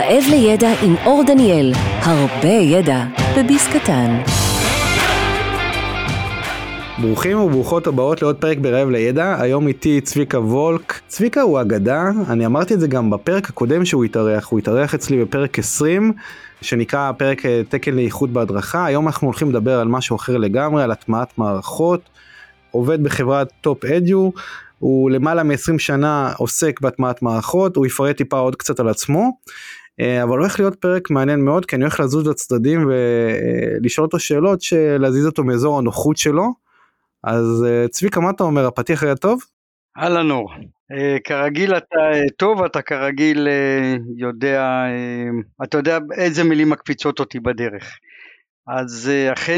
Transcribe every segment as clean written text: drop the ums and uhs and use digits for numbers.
רעב לידע עם אור דניאל, הרבה ידע בביס קטן. ברוכים וברוכות הבאות לעוד פרק ברעב לידע. היום איתי צביקה וולק. צביקה הוא אגדה, אני אמרתי את זה גם בפרק הקודם שהוא התארח אצלי בפרק 20, שנקרא פרק תקן לאיכות בהדרכה. היום אנחנו הולכים לדבר על משהו אחר לגמרי, על הטמעת מערכות. עובד בחברת טופ אדיו, הוא למעלה מ-20 שנה עוסק בהטמעת מערכות, הוא יפרט טיפה עוד קצת על עצמו, אבל הולך להיות פרק מעניין מאוד, כי אני הולך לזוז לצדדים ולשאול אותו שאלות שלהזיז אותו מאזור הנוחות שלו. אז צביקה, מה אתה אומר? הפתיח היה טוב? הלאה נור, כרגיל אתה טוב, אתה כרגיל יודע, אתה יודע איזה מילים מקפיצות אותי בדרך. אז אכן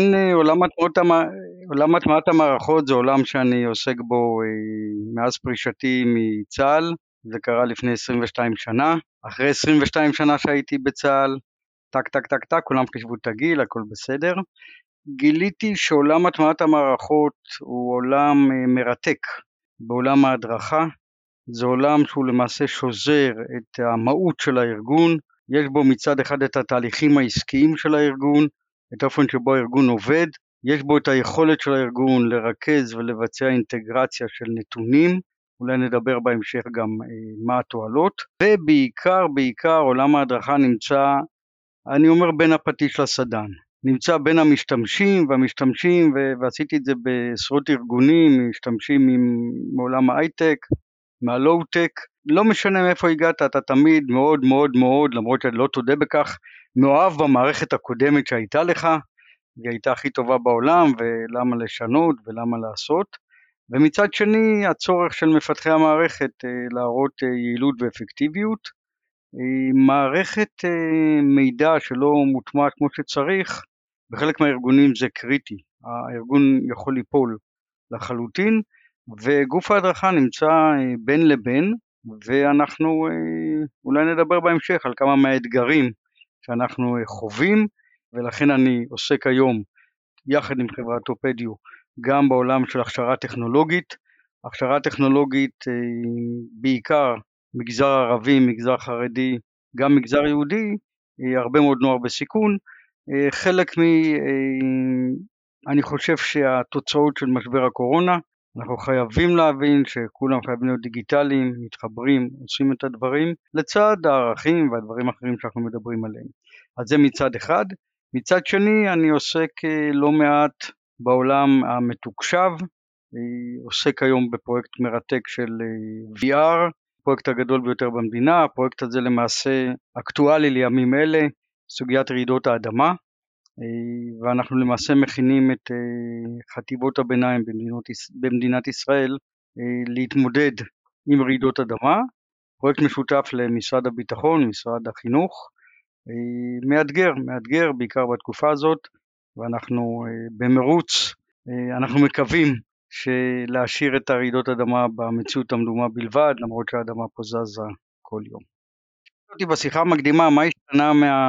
עולם הטמעת המערכות זה עולם שאני עוסק בו מאז פרישתי מצה"ל. זה קרה לפני 22 שנה. אחרי 22 שנה שהייתי בצה"ל, טק, כולם חשבו תגיל, הכל בסדר. גיליתי שעולם הטמעת המערכות הוא עולם מרתק. בעולם ההדרכה זה עולם שהוא למעשה שוזר את המהות של הארגון. יש בו מצד אחד את התהליכים העסקיים של הארגון, את האופן שבו הארגון עובד, יש בו את היכולת של הארגון לרכז ולבצע אינטגרציה של נתונים, אולי נדבר בהמשך גם מה התועלות, ובעיקר עולם ההדרכה נמצא, אני אומר, בין הפטיש לסדן, נמצא בין המשתמשים והמשתמשים, ועשיתי את זה בעשרות ארגונים, משתמשים מעולם ההייטק, מהלואו-טק, לא משנה מאיפה הגעת, אתה תמיד מאוד, למרות שאני לא תודה בכך, מאוהב במערכת הקודמת שהייתה לך, היא הייתה הכי טובה בעולם, ולמה לשנות ולמה לעשות, ומצד שני הצורך של מפתחי המערכת להראות יעילות ואפקטיביות, מערכת מידע שלא מוטמעת כמו שצריך, בחלק מהארגונים זה קריטי, הארגון יכול ליפול לחלוטין, וגוף ההדרכה נמצא בין לבין, ואנחנו אולי נדבר בהמשך על כמה מהאתגרים שאנחנו חווים, ולכן אני עוסק היום יחד עם חברת טופ אדיו גם בעולם של הכשרה טכנולוגית. הכשרה טכנולוגית בעיקר מגזר ערבי, מגזר חרדי, גם מגזר יהודי, הרבה מאוד נוער בסיכון. אני חושב שהתוצאות של משבר הקורונה, אנחנו חייבים להבין שכולם חייבים להיות דיגיטליים, מתחברים, עושים את הדברים, לצד הערכים והדברים האחרים שאנחנו מדברים עליהם. אז זה מצד אחד. מצד שני, אני עוסק לא מעט בעולם המתוקשב, עוסק היום בפרויקט מרתק של VR, הפרויקט הגדול ביותר במדינה. הפרויקט הזה למעשה אקטואלי לימים אלה, סוגיית רעידות האדמה, ואנחנו למעשה מכינים את חטיבות הביניים במדינת ישראל להתמודד עם רעידות אדמה. פרויקט משותף למשרד הביטחון, משרד החינוך, מאתגר בעיקר בתקופה הזאת, ואנחנו במרוץ, אנחנו מקווים להשאיר את הרעידות אדמה במציאות המדומה בלבד, למרות שהאדמה פה זזה כל יום. בשיחה המקדימה, מה השתנה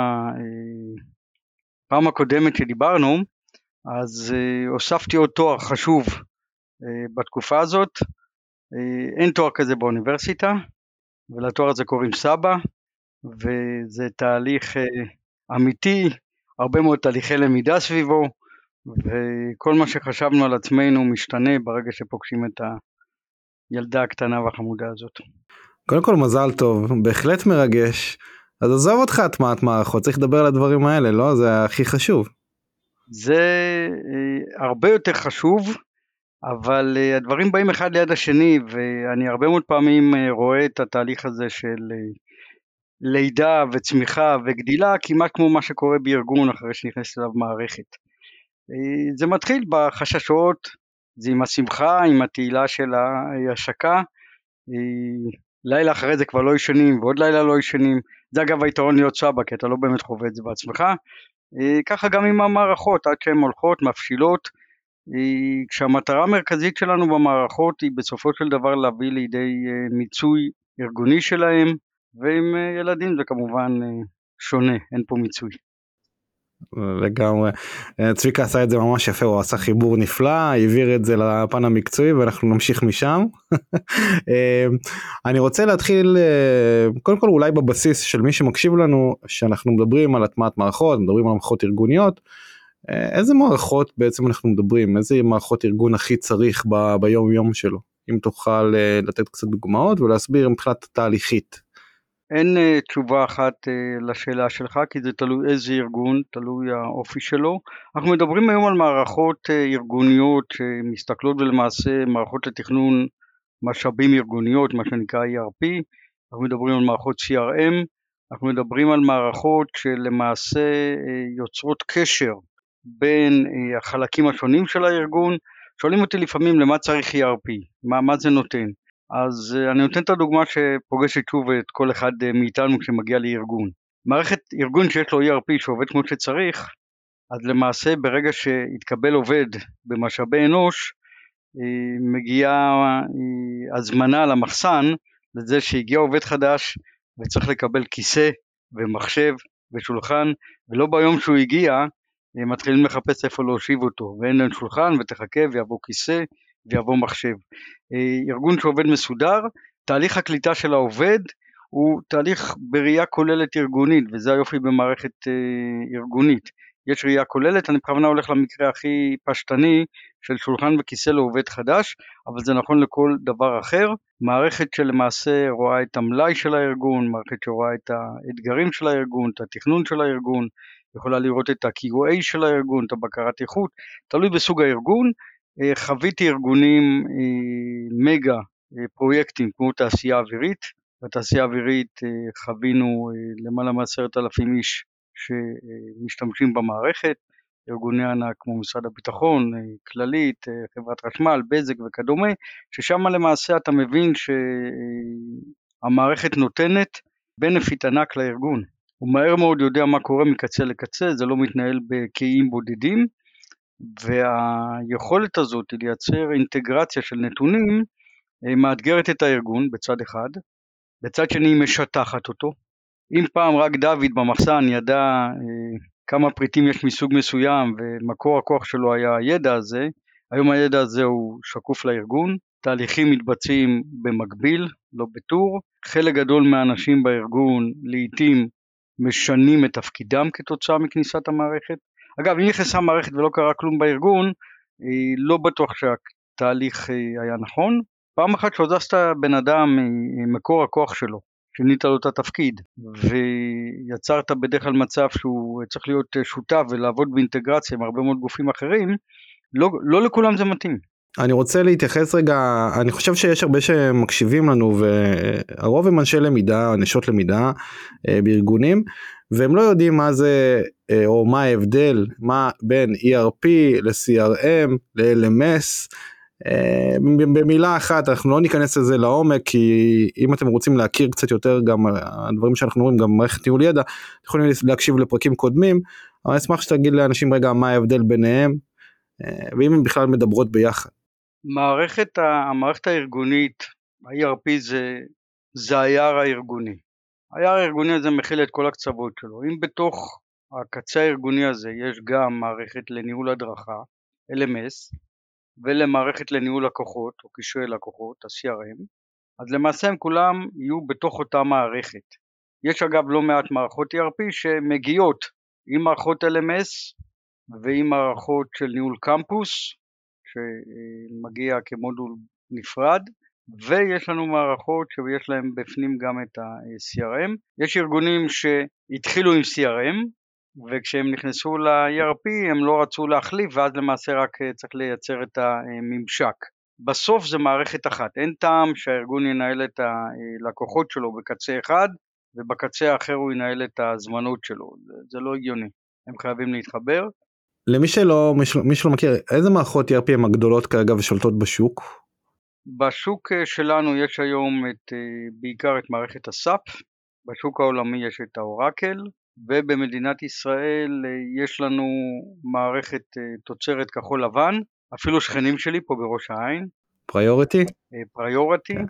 פעם הקודמת שדיברנו, אז הוספתי עוד תואר חשוב בתקופה הזאת. אין תואר כזה באוניברסיטה, ולתואר הזה קוראים סבא, וזה תהליך אמיתי, הרבה מאוד תהליכי למידה סביבו, וכל מה שחשבנו על עצמנו משתנה ברגע שפוגשים את הילדה הקטנה והחמודה הזאת. קודם כל מזל טוב, בהחלט מרגש. אז עזוב אותך הטמעת מערכות, צריך לדבר על הדברים האלה, לא? זה הכי חשוב. זה הרבה יותר חשוב, אבל הדברים באים אחד ליד השני, ואני הרבה מאוד פעמים רואה את התהליך הזה של לידה וצמיחה וגדילה, כמעט כמו מה שקורה בארגון אחרי שנכנס אליו מערכת. זה מתחיל בחששות, זה עם השמחה, עם התהילה של ההשקה, לילה אחרי זה כבר לא ישנים, ועוד לילה לא ישנים. זה אגב היתרון להיות סבא, כי אתה לא באמת חווה את זה בעצמך. ככה גם עם המערכות, עד שהן הולכות, מפשילות, כשהמטרה המרכזית שלנו במערכות היא בסופו של דבר להביא לידי מיצוי ארגוני שלהם, ועם ילדים זה כמובן שונה, אין פה מיצוי. לגמרי. צביקה עשה את זה ממש יפה, הוא עשה חיבור נפלא, העביר את זה לפן המקצועי ואנחנו נמשיך משם. אני רוצה להתחיל, קודם כל אולי בבסיס של מי שמקשיב לנו, שאנחנו מדברים על הטמעת מערכות, מדברים על מערכות ארגוניות, איזה מערכות בעצם אנחנו מדברים, איזה מערכות ארגון הכי צריך ביום יום שלו, אם תוכל לתת קצת דוגמאות ולהסביר מבחינת תהליכית. אין תשובה אחת לשאלה שלך, כי זה תלוי איזה ארגון, תלוי האופי שלו. אנחנו מדברים היום על מערכות ארגוניות שמסתכלות ולמעשה מערכות לתכנון משאבים ארגוניות, מה שנקרא ERP, אנחנו מדברים על מערכות CRM, אנחנו מדברים על מערכות שלמעשה יוצרות קשר בין החלקים השונים של הארגון. שואלים אותי לפעמים למה צריך ERP, מה זה נותן. אז אני נותן את הדוגמה שפוגשת שוב את כל אחד מאיתנו שמגיע לארגון. מערכת ארגון שיש לו ERP שעובד כמו שצריך, אז למעשה ברגע שהתקבל עובד במשאבי אנוש, מגיעה הזמנה למחסן, לזה שהגיע עובד חדש וצריך לקבל כיסא ומחשב ושולחן, ולא ביום שהוא הגיע, מתחילים לחפש איפה להושיב אותו, ואין להם שולחן ותחכה ויבוא כיסא ויבוא מחשב. ארגון שעובד מסודר, תהליך הקליטה של העובד הוא תהליך בראייה כוללת ארגונית, וזה היופי במערכת ארגונית. יש ראייה כוללת, אני בכוונה הולך למקרה הכי פשטני של שולחן וכיסא לעובד חדש, אבל זה נכון לכל דבר אחר. מערכת שלמעשה רואה את המלאי של הארגון, מערכת שרואה את האתגרים של הארגון, את התכנון של הארגון, יכולה לראות את ה-QA של הארגון, את הבקרת איכות, תלוי בסוג הארגון. חוויתי ארגונים מגה פרויקטים כמו תעשייה אווירית, בתעשייה האווירית חווינו למעלה מ10,000 איש שמשתמשים במערכת, ארגוני ענק כמו משרד הביטחון, כללית, חברת חשמל, בזק וכדומה, ששם למעשה אתה מבין שהמערכת נותנת בנפיט ענק לארגון. הוא מהר מאוד יודע מה קורה מקצה לקצה, זה לא מתנהל בקיים בודדים, והיכולת הזאת לייצר אינטגרציה של נתונים מאתגרת את הארגון בצד אחד, בצד שני היא משטחת אותו. אם פעם רק דוד במחסן ידע כמה פריטים יש מסוג מסוים ומקור הכוח שלו היה הידע הזה, היום הידע הזה הוא שקוף לארגון, תהליכים מתבצעים במקביל, לא בטור, חלק גדול מהאנשים בארגון לעתים משנים את תפקידם כתוצאה מכניסת המערכת. אגב, אם נכנסה מערכת ולא קרה כלום בארגון, לא בטוח שהתהליך היה נכון. פעם אחת שהוזזת בן אדם ממקור הכוח שלו, שינית לו את התפקיד, ויצרת בדרך כלל מצב שהוא צריך להיות שותף ולעבוד באינטגרציה עם הרבה מאוד גופים אחרים, לא לכולם זה מתאים. אני רוצה להתייחס רגע, אני חושב שיש הרבה שמקשיבים לנו, והרוב הם אנשי למידה, נשות למידה בארגונים, והם לא יודעים מה זה, או מה ההבדל, מה בין ERP ל-CRM, ל-LMS, במילה אחת, אנחנו לא ניכנס לזה לעומק, כי אם אתם רוצים להכיר קצת יותר גם הדברים שאנחנו רואים, גם מערכת ניהול ידע, אתם יכולים להקשיב לפרקים קודמים, אבל אני אשמח שתגיד לאנשים רגע מה ההבדל ביניהם, ואם הם בכלל מדברות ביחד. המערכת הארגונית, ה-ERP זה היער הארגוני. היער הארגוני הזה מכיל את כל הקצוות שלו. אם בתוך הקצה הארגוני הזה יש גם מערכת לניהול הדרכה, LMS, ולמערכת לניהול לקוחות או קישורי לקוחות, ה-CRM, אז למעשה הם כולם יהיו בתוך אותה מערכת. יש אגב לא מעט מערכות ERP שמגיעות עם מערכות LMS ועם מערכות של ניהול קמפוס, שמגיע כמודול נפרד, ויש לנו מערכות שיש להם בפנים גם את ה-CRM. יש ארגונים שהתחילו עם CRM, וכשהם נכנסו ל-ERP הם לא רצו להחליף, ואז למעשה רק צריך לייצר את הממשק. בסוף זה מערכת אחת, אין טעם שהארגון ינהל את הלקוחות שלו בקצה אחד, ובקצה האחר הוא ינהל את הזמנות שלו, זה לא הגיוני, הם חייבים להתחבר. למי שלא מכיר, איזה מערכות ERP הם הגדולות כרגע ושולטות בשוק? בשוק שלנו יש היום בעיקר את מערכת הסאפ, בשוק העולמי יש את האורקל, ובמדינת ישראל יש לנו מערכת תוצרת כחול לבן, אפילו שכנים שלי פה בראש העין. פריוריטי? פריוריטי,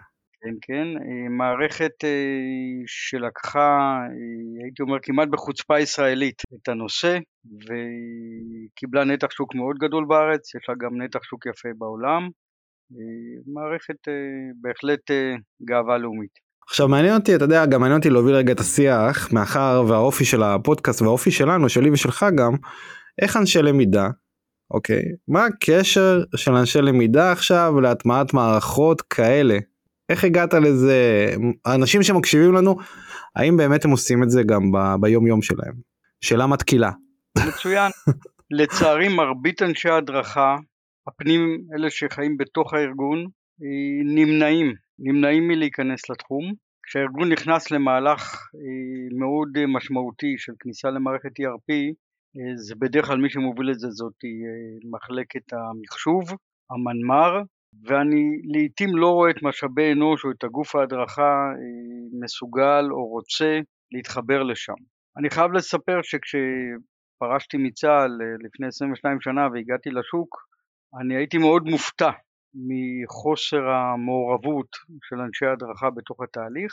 כן, כן, מערכת שלקחה, הייתי אומר כמעט בחוצפה ישראלית את הנושא, וקיבלה נתח שוק מאוד גדול בארץ, יש לה גם נתח שוק יפה בעולם, מערכת בהחלט גאווה לאומית. עכשיו מעניין אותי, אתה יודע, גם מעניין אותי להוביל רגע את השיח, מאחר והאופי של הפודקאסט והאופי שלנו, שלי ושלך גם, איך אנשי למידה, אוקיי, מה הקשר של אנשי למידה עכשיו להטמעת מערכות כאלה? איך הגעת לזה? האנשים שמקשיבים לנו, האם באמת הם עושים את זה גם ביום יום שלהם? שאלה מתקילה. מצוין. לצערי מרבית אנשי ההדרכה, הפנים, אלה שחיים בתוך הארגון, נמנעים מלהיכנס לתחום. כשהארגון נכנס למהלך מאוד משמעותי של כניסה למערכת ERP, זה בדרך כלל מי שמוביל את זה זאת מחלקת המחשוב, המנמ"ר, ואני לעתים לא רואה את משאבי אנוש או את הגוף ההדרכה מסוגל או רוצה להתחבר לשם. אני חייב לספר שכשפרשתי מצה"ל לפני 22 שנה והגעתי לשוק, אני הייתי מאוד מופתע מחוסר המעורבות של אנשי ההדרכה בתוך התהליך,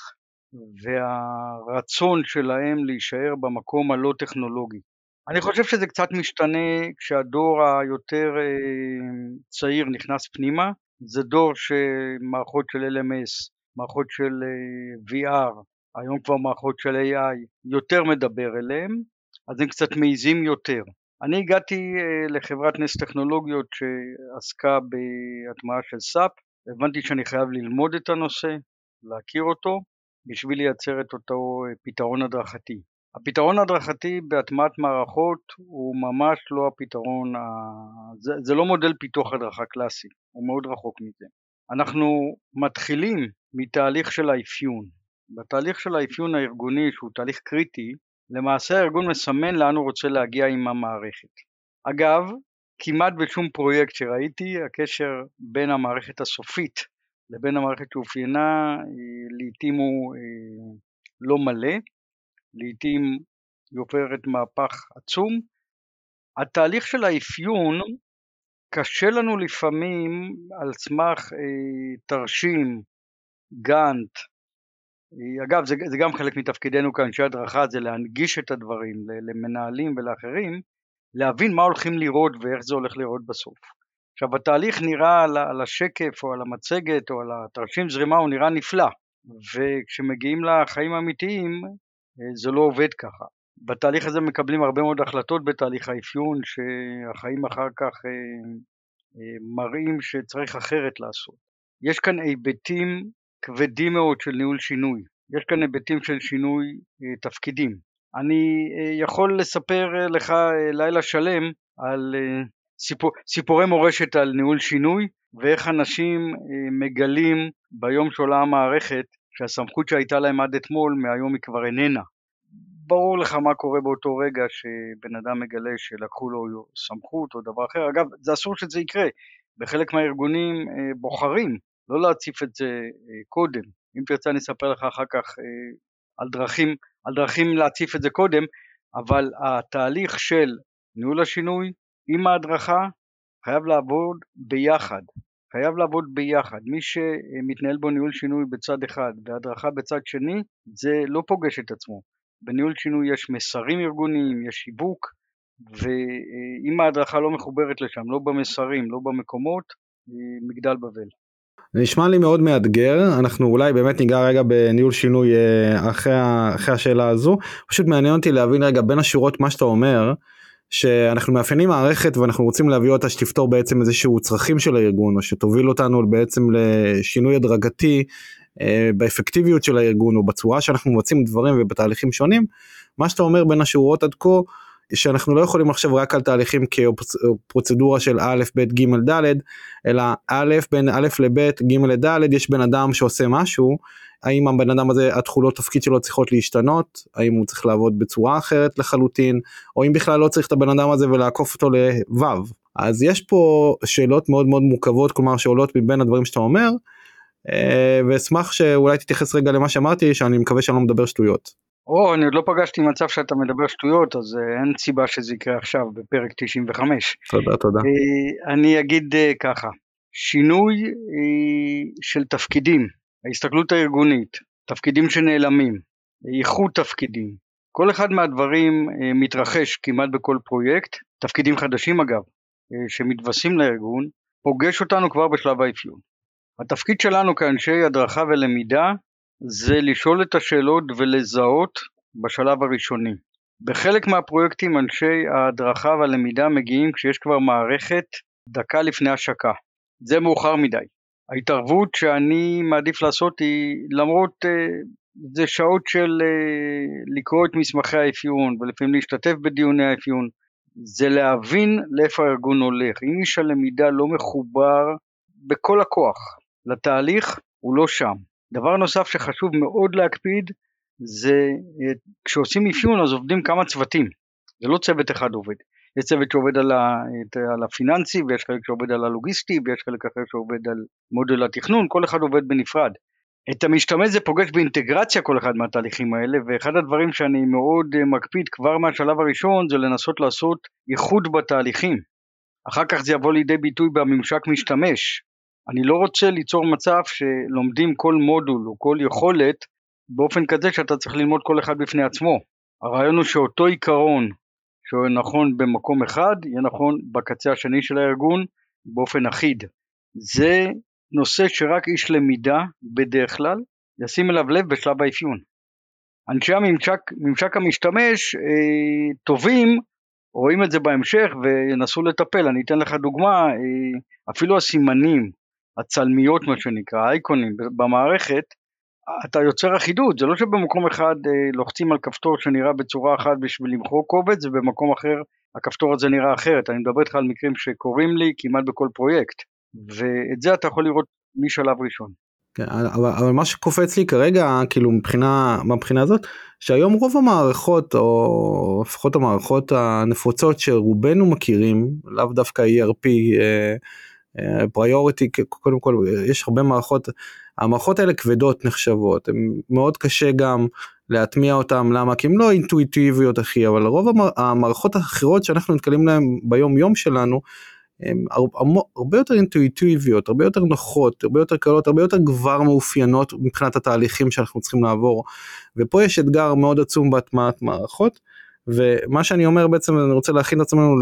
והרצון שלהם להישאר במקום הלא טכנולוגי. אני חושב שזה קצת משתנה כשהדור היותר צעיר נכנס פנימה, זה דור שמערכות של LMS, מערכות של VR, היום כבר מערכות של AI, יותר מדבר אליהם, אז הם קצת מעיזים יותר. אני הגעתי לחברת נס טכנולוגיות שעסקה בהטמעה של SAP, הבנתי שאני חייב ללמוד את הנושא, להכיר אותו, בשביל לייצר את אותו פתרון הדרכתי. הפתרון הדרכתי בהטמעת מערכות הוא ממש לא הפתרון, זה לא מודל פיתוח הדרכה קלאסי, הוא מאוד רחוק מזה. אנחנו מתחילים מתהליך של האפיון. בתהליך של האפיון הארגוני, שהוא תהליך קריטי, למעשה הארגון מסמן לאן הוא רוצה להגיע עם המערכת. אגב, כמעט בשום פרויקט שראיתי, הקשר בין המערכת הסופית לבין המערכת שאופיינה, לעתים הוא לא מלא, לעתים היא עוברת מהפך עצום. התהליך של האפיון קשה לנו לפעמים על סמך תרשים, גאנט, אגב זה גם חלק מתפקידנו כאנשי הדרכה, זה להנגיש את הדברים למנהלים ולאחרים, להבין מה הולכים לראות ואיך זה הולך לראות בסוף. עכשיו התהליך נראה על השקף או על המצגת או על התרשים זרימה הוא נראה נפלא, וכשמגיעים לחיים האמיתיים זה לא עובד ככה. בתהליך הזה מקבלים הרבה מאוד החלטות בתהליך האפיון שהחיים אחר כך מראים שצריך אחרת לעשות. יש כאן היבטים כבדים מאוד של ניהול שינוי, יש כאן היבטים של שינוי תפקידים. אני יכול לספר לך לילה שלם על סיפורי מורשת על ניהול שינוי, ואיך אנשים מגלים ביום שעולה המערכת שהסמכות שהייתה להם עד אתמול מהיום היא כבר איננה. ברור לך מה קורה באותו רגע שבן אדם מגלה שלקחו לו סמכות או דבר אחר. אגב, זה אסור שזה יקרה. בחלק מהארגונים בוחרים לא להציף את זה קודם. אם תרצה אני אספר לך אחר כך על דרכים להציף את זה קודם, אבל התהליך של ניהול השינוי עם ההדרכה חייב לעבוד ביחד. מי שמתנהל בו ניהול שינוי בצד אחד והדרכה בצד שני, זה לא פוגש את עצמו. בניהול שינוי יש מסרים ארגוניים, יש שיווק, ואם ההדרכה לא מחוברת לשם, לא במסרים, לא במקומות, מגדל בבל. זה נשמע לי מאוד מאתגר, אנחנו אולי באמת ניגע רגע בניהול שינוי אחרי השאלה הזו, פשוט מעניין אותי להבין רגע בין השורות מה שאתה אומר, שאנחנו מאפיינים מערכת ואנחנו רוצים להביא אותה שתפתור בעצם איזשהו צרכים של הארגון, או שתוביל אותנו בעצם לשינוי הדרגתי באפקטיביות של הארגון, או בצורה שאנחנו מבצעים דברים ובתהליכים שונים. מה שאתה אומר בין השורות עד כה, שאנחנו לא יכולים לחשוב רק על תהליכים כפרוצדורה של א', ב', ג', ד', אלא א', בין א' לב', ג' לד', יש בן אדם שעושה משהו, האם הבן אדם הזה, התכולות תפקיד שלו צריכות להשתנות, האם הוא צריך לעבוד בצורה אחרת לחלוטין, או אם בכלל לא צריך את הבן אדם הזה ולעקוף אותו לו'. אז יש פה שאלות מאוד מאוד מורכבות, כלומר שעולות מבין הדברים שאתה אומר, ואשמח שאולי תתייחס רגע למה שאמרתי, שאני מקווה שאני לא מדבר שטויות. אני עוד לא פגשתי מצב שאתה מדבר שטויות, אז אין סיבה שזה יקרה עכשיו בפרק 95. תודה. אני אגיד ככה, שינוי של תפקידים ההסתכלות הארגונית, תפקידים שנעלמים, איחוד תפקידים, כל אחד מהדברים מתרחש כמעט בכל פרויקט, תפקידים חדשים אגב, שמתווספים לארגון, פוגש אותנו כבר בשלב האפיון. התפקיד שלנו כאנשי הדרכה ולמידה זה לשאול את השאלות ולזהות בשלב הראשוני. בחלק מהפרויקטים אנשי ההדרכה והלמידה מגיעים כשיש כבר מערכת דקה לפני השקה. זה מאוחר מדי. ההתערבות שאני מעדיף לעשות היא, למרות זה שעות של לקרוא את מסמכי האפיון ולפעמים להשתתף בדיוני האפיון, זה להבין לאיפה הארגון הולך. אם איש הלמידה לא מחובר בכל הכוח לתהליך, הוא לא שם. דבר נוסף שחשוב מאוד להקפיד, זה כשעושים אפיון אז עובדים כמה צוותים, זה לא צוות אחד עובד, יש צוות שעובד על הפיננסי, ויש חלק שעובד על הלוגיסטי, ויש חלק אחר שעובד על מודל התכנון, כל אחד עובד בנפרד. את המשתמש זה פוגש באינטגרציה כל אחד מהתהליכים האלה, ואחד הדברים שאני מאוד מקפיד כבר מהשלב הראשון, זה לנסות לעשות איחוד בתהליכים, אחר כך זה יבוא לידי ביטוי בממשק משתמש. אני לא רוצה ליצור מצב שלומדים כל מודול או כל יכולת, באופן כזה שאתה צריך ללמוד כל אחד בפני עצמו. הרעיון הוא שאותו עיקרון שהוא נכון במקום אחד, יהיה נכון בקצה השני של הארגון באופן אחיד. זה נושא שרק איש למידה בדרך כלל ישים אליו לב בשלב האפיון. אנשי ממשק המשתמש טובים, רואים את זה בהמשך וינסו לטפל. אני אתן לך דוגמה, אפילו הסימנים, הצלמיות מה שנקרא, האייקונים במערכת, אתה יוצר אחידות, זה לא שבמקום אחד לוחצים על כפתור שנראה בצורה אחת בשביל למחוק קובץ, ובמקום אחר הכפתור הזה נראה אחרת. אני מדבר איתך על מקרים שקורים לי כמעט בכל פרויקט, ואת זה אתה יכול לראות משלב ראשון. כן, אבל מה שקופץ לי כרגע, כאילו מהבחינה הזאת, שהיום רוב המערכות, או לפחות המערכות הנפוצות שרובנו מכירים, לאו דווקא ERP, פריוריטי, קודם כל יש הרבה מערכות, המערכות האלה כבדות נחשבות, הן מאוד קשה גם להטמיע אותן, למה? כי הן לא אינטואיטיביות אחי, אבל רוב המערכות האחרות שאנחנו נתקלים להן ביום יום שלנו, הן הרבה יותר אינטואיטיביות, הרבה יותר נוחות, הרבה יותר קלות, הרבה יותר כבר מאופיינות מבחינת התהליכים שאנחנו צריכים לעבור, ופה יש אתגר מאוד עצום בהטמעת מערכות, ומה שאני אומר בעצם, אני רוצה להכין את עצמנו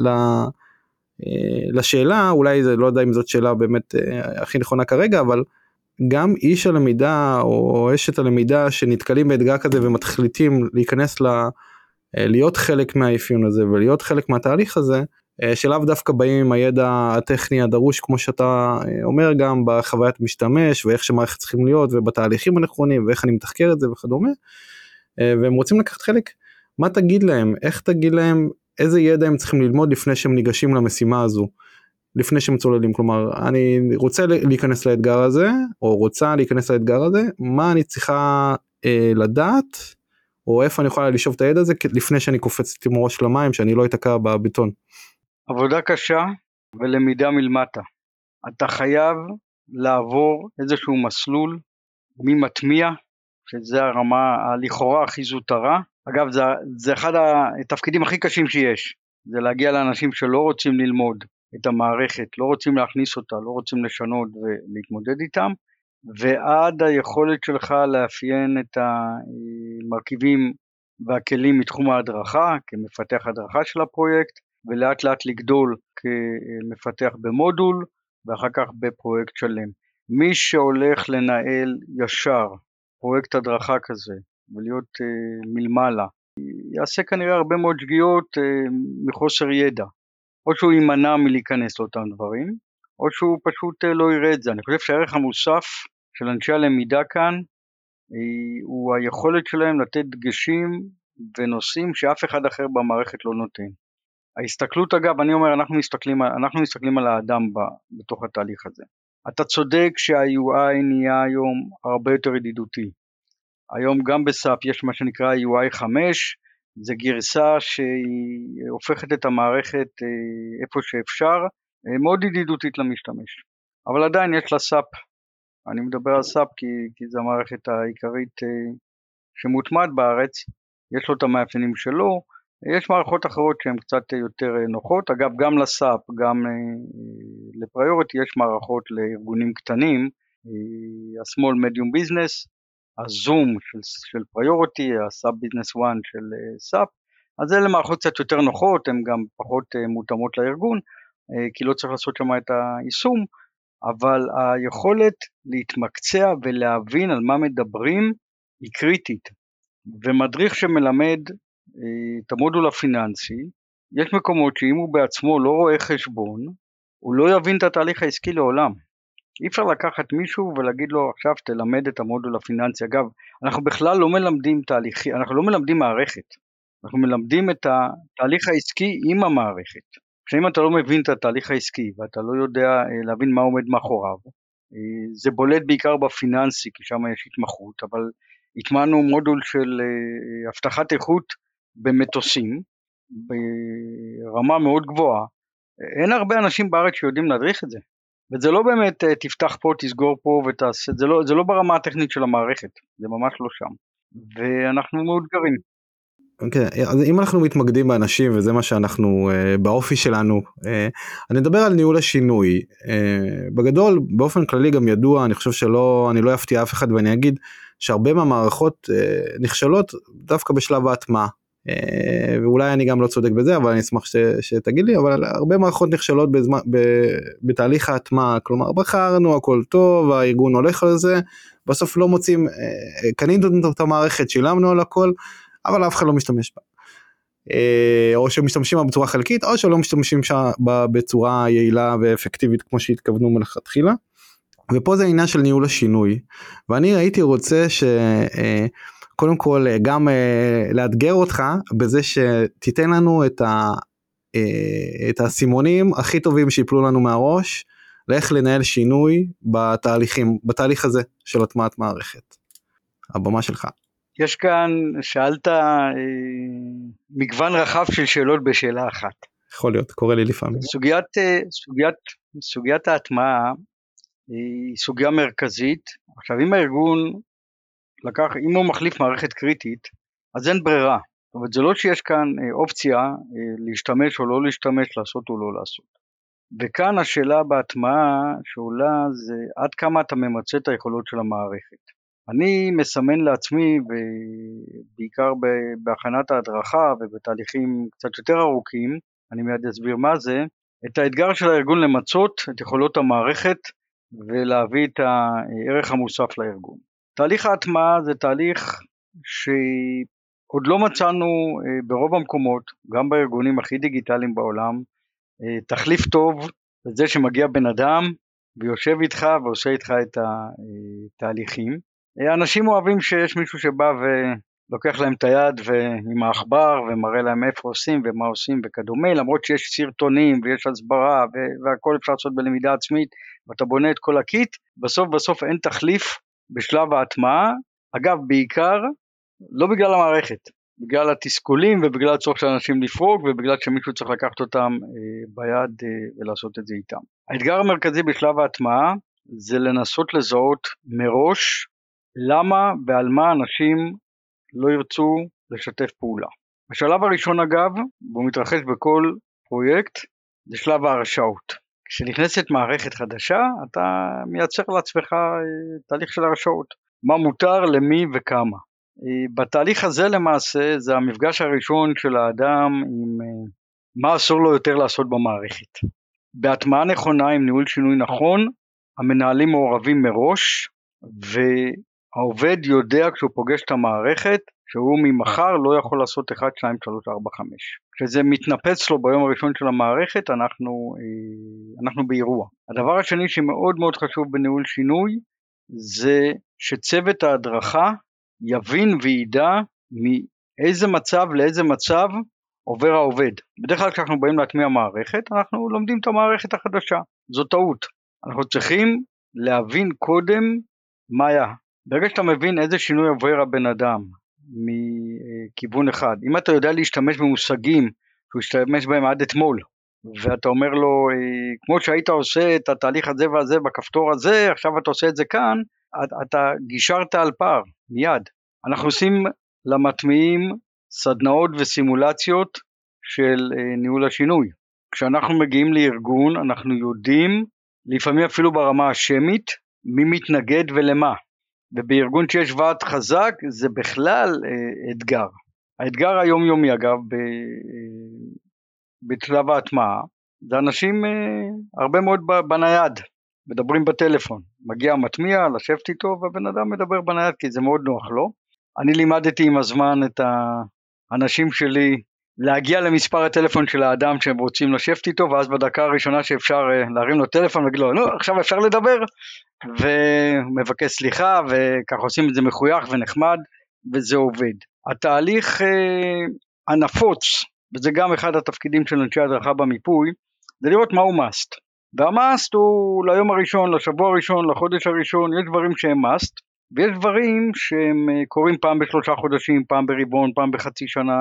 לשאלה, אולי זה לא יודע אם זאת שאלה באמת הכי נכונה כרגע, אבל גם איש הלמידה או אשת הלמידה שנתקלים באתגר כזה ומתחליטים להיכנס להיות חלק מהאפיון הזה ולהיות חלק מהתהליך הזה, שלאו דווקא באים עם הידע הטכני הדרוש כמו שאתה אומר, גם בחוויית משתמש ואיך שמערכת צריכים להיות ובתהליכים הנכונים ואיך אני מתחקר את זה וכדומה, והם רוצים לקחת חלק. מה תגיד להם? איך תגיד להם? איזה ידע הם צריכים ללמוד לפני שהם ניגשים למשימה הזו, לפני שהם צוללים? כלומר, אני רוצה להיכנס לאתגר הזה, או רוצה להיכנס לאתגר הזה, מה אני צריכה לדעת, או איפה אני יכולה לשאוב את הידע הזה, לפני שאני קופצת עם ראש למים, שאני לא אתקע בבטון. עבודה קשה ולמידה מלמטה. אתה חייב לעבור איזשהו מסלול ממטמיע, שזה הרמה הלכאורה הכי זוטרה. אגב, זה אחד התפקידים הכי קשים שיש, זה להגיע לאנשים שלא רוצים ללמוד את המערכת, לא רוצים להכניס אותה, לא רוצים לשנות ולהתמודד איתם, ועד היכולת שלך לאפיין את המרכיבים והכלים מתחום ההדרכה, כמפתח הדרכה של הפרויקט, ולאט לאט לגדול כמפתח במודול, ואחר כך בפרויקט שלם. מי שהולך לנהל ישר פרויקט הדרכה כזה, ולהיות מלמעלה, יעשה כנראה הרבה מאוד שגיאות מחוסר ידע, או שהוא יימנע מלהיכנס לאותם דברים, או שהוא פשוט לא יראה את זה. אני חושב שהערך המוסף של אנשי הלמידה כאן, הוא היכולת שלהם לתת דגשים ונושאים שאף אחד אחר במערכת לא נותן. ההסתכלות, אגב, אני אומר, אנחנו מסתכלים על האדם בתוך התהליך הזה. אתה צודק שה-UI נהיה היום הרבה יותר ידידותי. היום גם בסאפ יש מה שנקרא UI 5, זה גרסה שהיא הופכת את המערכת איפה שאפשר, מאוד ידידותית למשתמש. אבל עדיין יש לה סאפ, אני מדבר על סאפ כי זו המערכת העיקרית שמוטמעת בארץ, יש לו את המאפיינים שלו, יש מערכות אחרות שהן קצת יותר נוחות, אגב גם לסאפ, גם לפריוריטי יש מערכות לארגונים קטנים, ה-small medium business, הזום של priority, ה-sub business one של SAP, אז אלה מערכות קצת יותר נוחות, הן גם פחות מותאמות לארגון, כי לא צריך לעשות שם את היישום, אבל היכולת להתמקצע ולהבין על מה מדברים היא קריטית, ומדריך שמלמד את המודול הפיננסי, יש מקומות שאם הוא בעצמו לא רואה חשבון, הוא לא יבין את התהליך העסקי לעולם. אי אפשר לקחת מישהו ולהגיד לו עכשיו תלמד את המודול הפיננסי. אגב, אנחנו בכלל לא מלמדים תהליכי, אנחנו לא מלמדים מערכת, אנחנו מלמדים את התהליך העסקי עם המערכת. כשאם אתה לא מבין את התהליך העסקי ואתה לא יודע להבין מה עומד מאחוריו, זה בולט בעיקר בפיננסי, כי שם יש התמחות, אבל התמענו מודול של הבטחת איכות במטוסים, ברמה מאוד גבוהה. אין הרבה אנשים בארץ שיודעים להדריך את זה, וזה לא באמת תפתח פה, תסגור פה ותעשה, זה לא ברמה הטכנית של המערכת, זה ממש לא שם, ואנחנו מאותגרים. אוקיי, אז אם אנחנו מתמקדים באנשים, וזה מה שאנחנו באופי שלנו, אני אדבר על ניהול השינוי. בגדול, באופן כללי גם ידוע, אני חושב אני לא אפתיע אף אחד ואני אגיד, שהרבה מהמערכות נכשלות דווקא בשלב ההטמעה. ואולי אני גם לא צודק בזה, אבל אני אשמח שתגיד לי, אבל הרבה מערכות נכשלות בתהליך ההטמעה, כלומר בחרנו, הכל טוב, הארגון הולך על זה, בסוף לא מוצאים, קנינו את המערכת, שילמנו על הכל, אבל אף אחד לא משתמש בה. או שמשתמשים בה בצורה חלקית, או שלא משתמשים בה בצורה יעילה ואפקטיבית, כמו שהתכוונו מלכתחילה. ופה זה העניין של ניהול השינוי, ואני הייתי רוצה קודם כל גם לאתגר אותך בזה שתיתן לנו את הסימונים הכי טובים שיפלו לנו מהראש, לאיך לנהל שינוי בתהליך הזה של הטמעת מערכת. הבמה שלך. יש כאן, שאלת מגוון רחב של שאלות בשאלה אחת. יכול להיות, קורה לי לפעמים. סוגיית ההטמעה היא סוגיה מרכזית. עכשיו אם הארגון אם הוא מחליף מערכת קריטית, אז אין ברירה. זאת אומרת, זה לא שיש כאן אופציה להשתמש או לא להשתמש, לעשות או לא לעשות. וכאן השאלה בהטמעה שעולה זה עד כמה אתה ממצה את היכולות של המערכת. אני מסמן לעצמי, בעיקר בהכנת ההדרכה ובתהליכים קצת יותר ארוכים, אני מיד אסביר מה זה, את האתגר של הארגון למצות את יכולות המערכת ולהביא את הערך המוסף לארגון. תהליך ההטמעה זה תהליך שעוד לא מצאנו ברוב המקומות, גם בארגונים הכי דיגיטליים בעולם, תחליף טוב לזה שמגיע בן אדם ויושב איתך ועושה איתך את התהליכים. אנשים אוהבים שיש מישהו שבא ולוקח להם את היד עם העכבר ומראה להם איפה עושים ומה עושים וכדומה, למרות שיש סרטונים ויש הסברה והכל אפשר לעשות בלמידה עצמית, ואתה בונה את כל הקיט, בסוף אין תחליף בשלב ההטמעה. אגב, בעיקר לא בגלל המערכת, בגלל התסכולים ובגלל הצורך של אנשים לפרוג ובגלל שמישהו צריך לקחת אותם ביד ולעשות את זה איתם. האתגר המרכזי בשלב ההטמעה זה לנסות לזהות מראש למה ועל מה אנשים לא ירצו לשתף פעולה. בשלב הראשון אגב, והוא מתרחש בכל פרויקט, זה שלב ההרשאות. כשנכנסת מערכת חדשה, אתה מייצר לעצמך תהליך של הרשאות. מה מותר, למי וכמה. בתהליך הזה למעשה, זה המפגש הראשון של האדם עם מה אסור לו יותר לעשות במערכת. בהטמעה נכונה, עם ניהול שינוי נכון, המנהלים מעורבים מראש, והעובד יודע כשהוא פוגש את המערכת, שהוא ממחר לא יכול לעשות 1, 2, 3, 4, 5. כשזה מתנפץ לו ביום הראשון של המערכת, אנחנו באירוע. הדבר השני שמאוד מאוד חשוב בניהול שינוי, זה שצוות ההדרכה יבין וידע מאיזה מצב לאיזה מצב עובר העובד. בדרך כלל כשאנחנו באים להטמיע מערכת, אנחנו לומדים את המערכת החדשה. זו טעות. אנחנו צריכים להבין קודם מה היה. ברגע שאתה מבין איזה שינוי עובר הבן אדם מכיוון אחד, אם אתה יודע להשתמש במושגים שהוא השתמש בהם עד אתמול, ואתה אומר לו, כמו שהיית עושה את התהליך הזה והזה בכפתור הזה, עכשיו אתה עושה את זה כאן, אתה גישרת על פער, מיד. אנחנו עושים למטמיעים סדנאות וסימולציות של ניהול השינוי. כשאנחנו מגיעים לארגון, אנחנו יודעים, לפעמים אפילו ברמה השמית, מי מתנגד ולמה. ובארגון שיש ועד חזק זה בכלל אתגר. האתגר היומיומי אגב בשלב ההטמעה, זה אנשים הרבה מאוד בנייד, מדברים בטלפון, מגיע מטמיע, לשבת איתו והבן אדם מדבר בנייד כי זה מאוד נוח לו. אני לימדתי עם הזמן את האנשים שלי להגיע למספר הטלפון של האדם שהם רוצים לשבת איתו, ואז בדקה הראשונה שאפשר להרים לו טלפון ולהגיד לו, נו עכשיו אפשר לדבר, ומבקש סליחה, וכך עושים את זה מחוייך ונחמד, וזה עובד. התהליך הנפוץ, וזה גם אחד התפקידים של אנשי הדרכה במיפוי, זה לראות מהו must. והמאסט הוא ליום הראשון, לשבוע הראשון, לחודש הראשון, יש דברים שהם מאסט, ויש דברים שהם קורים פעם ב3 חודשים, פעם ברבעון, פעם בחצי שנה,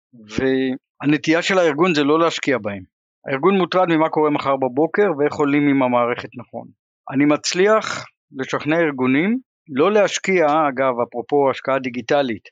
והנטייה של הארגון זה לא להשקיע בהם. הארגון מוטרד ממה קורה מחר בבוקר, ואיך עולים עם המערכת נכון. אני מצליח לשכנע ארגונים, לא להשקיע, אגב, אפרופו השקעה דיגיטלית,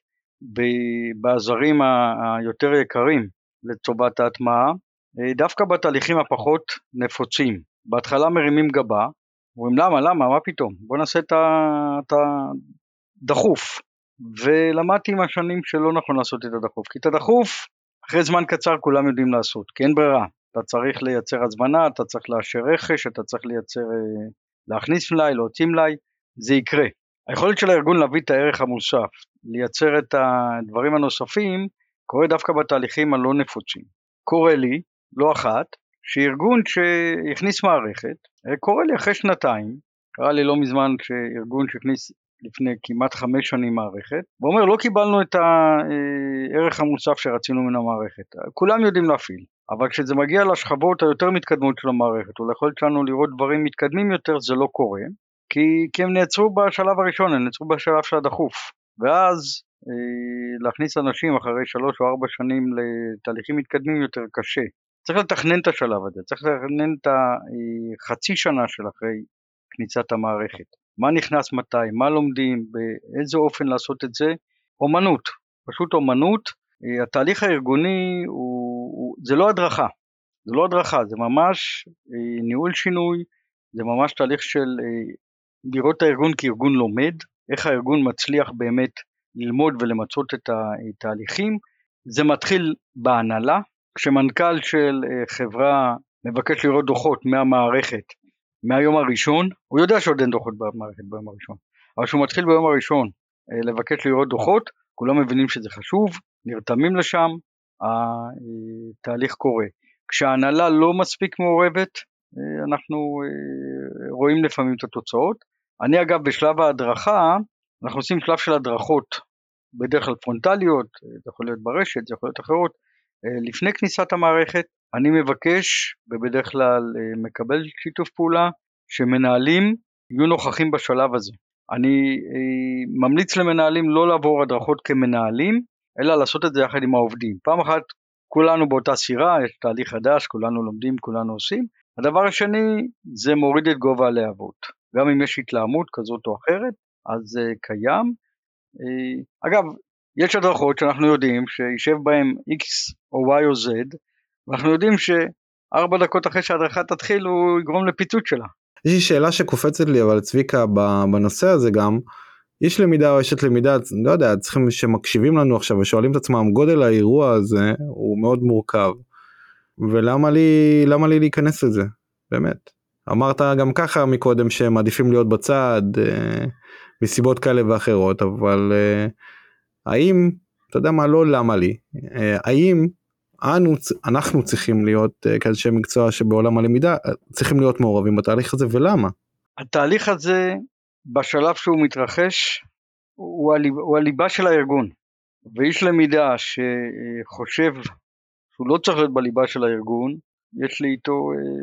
בעזרים היותר יקרים לטובת ההטמעה, דווקא בתהליכים הפחות נפוצים. בהתחלה מרימים גבה, אומרים למה, מה פתאום? בוא נעשה את הדחוף. ולמדתי עם השנים שלא נכון לעשות את הדחוף, כי את הדחוף אחרי זמן קצר כולם יודעים לעשות, כי אין ברירה. אתה צריך לייצר הזמנה, אתה צריך לאשר רכש, אתה צריך להכניס מלאי, להוציא מלאי, זה יקרה. היכולת של הארגון להביא את הערך המוסף, לייצר את הדברים הנוספים, קורה דווקא בתהליכים הלא נפוצים. קורה לי, לא אחת, שארגון שהכניס מערכת, קורה לי אחרי שנתיים, קרה לי לא מזמן שארגון שהכניס לפני כמעט 5 שנים מערכת, ואומר לא קיבלנו את הערך המוסף שרצינו מן המערכת, כולם יודעים להפעיל, אבל כשזה מגיע לשכבות היותר מתקדמות של המערכת, או ליכולת שלנו לראות דברים מתקדמים יותר, זה לא קורה, כי הם נעצרו בשלב הראשון, הם נעצרו בשלב של הדחוף, ואז להכניס אנשים אחרי 3 או 4 שנים לתהליכים מתקדמים יותר קשה. צריך לתכנן את השלב הזה, צריך לתכנן את החצי שנה של אחרי כניסת המערכת. מה נכנס מתי, מה לומדים, באיזה אופן לעשות את זה. אומנות, פשוט אומנות. התהליך הארגוני זה לא הדרכה, זה ממש ניהול שינוי, זה ממש תהליך של לראות את הארגון כארגון לומד, איך הארגון מצליח באמת ללמוד ולמצות את התהליכים. זה מתחיל בהנהלה, כשמנכ"ל של חברה מבקש לראות דוחות מהמערכת, מהיום הראשון, הוא יודע שעוד אין דוחות במערכת ביום הראשון, אבל כשהוא מתחיל ביום הראשון לבקש לראות דוחות, כולם מבינים שזה חשוב, נרתמים לשם, התהליך קורה. כשההנהלה לא מספיק מעורבת, אנחנו רואים לפעמים את התוצאות. אני אגב בשלב ההדרכה, אנחנו עושים שלב של הדרכות, בדרך כלל פרונטליות, זה יכול להיות ברשת, זה יכול להיות אחרות, לפני כניסת המערכת, אני מבקש, ובדרך כלל מקבל שיתוף פעולה, שמנהלים יהיו נוכחים בשלב הזה. אני ממליץ למנהלים לא לעבור הדרכות כמנהלים, אלא לעשות את זה יחד עם העובדים. פעם אחת כולנו באותה סירה, יש תהליך חדש, כולנו לומדים, כולנו עושים. הדבר השני זה מוריד את גובה הלהבות. גם אם יש התלהמות כזאת או אחרת, אז זה קיים. אגב, יש הדרכות שאנחנו יודעים שישב בהם X או Y או Z, ואנחנו יודעים ש4 דקות אחרי שההדרכה תתחיל הוא יגרום לפיצוץ שלה. יש לי שאלה שקופצת לי, אבל צביקה, בנושא הזה גם, יש למידה או יש למידה, לא יודע, צריכים שמקשיבים לנו עכשיו ושואלים את עצמם, גודל האירוע הזה הוא מאוד מורכב, ולמה לי להיכנס לזה, באמת. אמרת גם ככה מקודם שהם עדיפים להיות בצד, מסיבות כאלה ואחרות, אבל האם, אתה יודע מה, לא למה לי, האם אנחנו צריכים להיות כאנשי מקצוע שבעולם הלמידה, צריכים להיות מעורבים בתהליך הזה, ולמה? התהליך הזה, בשלב שהוא מתרחש, הוא הליבה של הארגון, ואיש למידה שחושב שהוא לא צריך להיות בליבה של הארגון, יש לי איתו